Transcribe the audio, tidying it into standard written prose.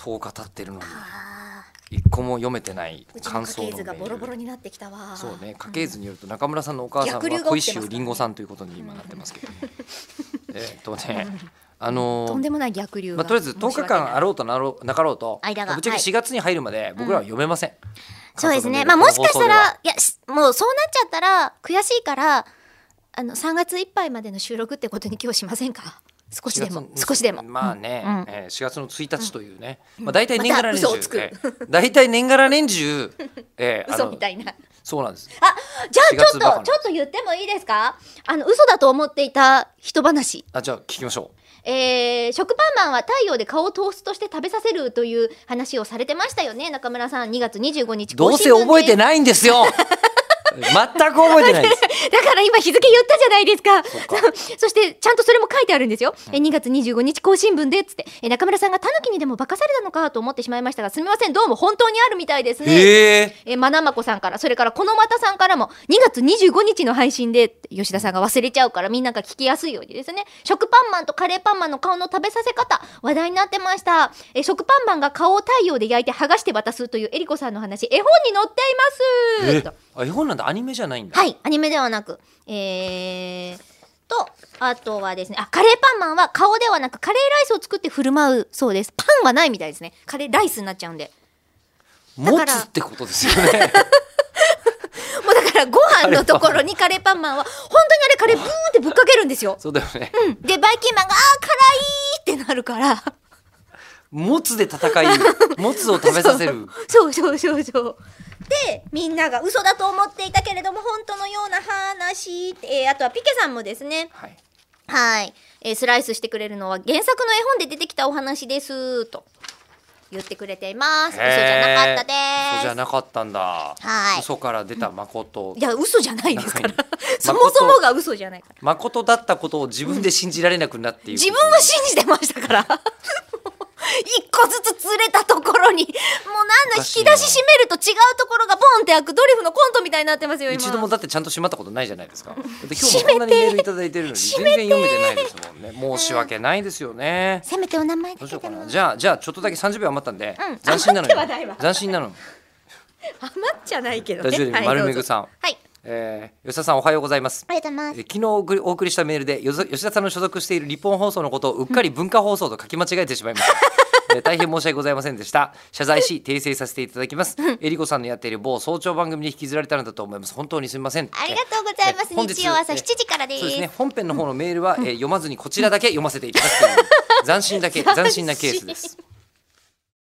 10日経ってるのにあ一個も読めてないーうちの感想のメ家系図がボロボロール。 になってきたわ。 そうね、家系図によると中村さんのお母さんは逆流が小起きてますからね石りんごさんということに今なってますけどね。 とんでもない逆流が、 とりあえず10日間あろうとなかろうと間がぶっちゃけはい 4月に入るまで僕らは読めません。 そうですね。 感想のメールもしかしたこの放送ではらもうそうなっちゃったら悔しいから3月いっぱいまでの収録ってことに今日しませんか。少しでも 4月少しでも。 まあね、 うん 4月の1日というね、大体年がら年中、 また嘘をつく大体年がら年中、 嘘みたいな。 そうなんです。 じゃあ 4月バカなんですちょっと言ってもいいですか。嘘だと思っていた一話。 じゃあ聞きましょ食パンマンは太陽で顔をトーストして食べさせるという話をされてましたよね、中村さん。2月25日う。どうせ覚えてい。 ないんですよ。全く覚えてないです。 だから今日付言ったじゃないですか。 そうかそしてちゃんとそれも書いてあるんですよ。2月25日更新分でっつって、中村さんがタヌキにでも化かされたのかと思ってしまいましたが、すみません、どうも本当にあるみたいですね。まなまこさんから、それからこのまたさんからも2月25日の配信でって吉田さんが忘れちゃうからみんなが聞きやすいようにですね、食パンマンとカレーパンマンの顔の食べさせ方話題になってました。食パンマンが顔を太陽で焼いて剥がして渡すというえりこさんの話、絵本に載っていますと。 絵本なんだ、アニメじゃないんだ。 はい、アニメではなく、あとはですね、カレーパンマンは顔ではなくカレーライスを作って振る舞うそうです。パンはないみたいですね。カレーライスになっちゃうんで。 持つってことですよね。 もうだからご飯のところにカレーパンマンは本当にあれカレーブーンってぶっかけるんですよ。 そうだよね。 でバイキンマンが辛いってなるから。 もつで戦い、もつを食べさせる。 そう。でみんなが嘘だと思っていたけれども本当のような話って、あとはピケさんもですね、はい、スライスしてくれるのは原作の絵本で出てきたお話ですと言ってくれています。嘘じゃなかったです。 嘘じゃなかったんだ。 はい。 嘘から出た誠。 いや嘘じゃないですからそもそもが嘘じゃないから。 誠だったことを自分で信じられなくなっている。 自分は信じてましたから一個ずつずれたところにもう引き出し閉めると違うところがボンって開くドリフのコントみたいになってますよ今。 一度もだってちゃんと閉まったことないじゃないですか。だって今日もこんなにメールいただいてるのに全然読めてないですもんね。申し訳ないですよね。 せめてお名前どうしようかな。 だけでもじゃあちょっとだけ30秒余ったんで、 余ってはないわ斬新なの。 余っちゃないけどね。 ラジオネーム丸めぐさん。 はい。 吉田さんおはようございます。 ありがとうございます。 昨日お送りしたメールで吉田さんの所属している日本放送のことをうっかり文化放送と書き間違えてしまいました。大変申し訳ございませんでした。謝罪し訂正させていただきます。えりこさんのやっている某早朝番組に引きずられたのだと思います。本当にすみません。 ありがとうございます。 本日日曜朝7時からです。 そうですね。本編の方のメールは読まずにこちらだけ読ませていただくという斬新なケースです。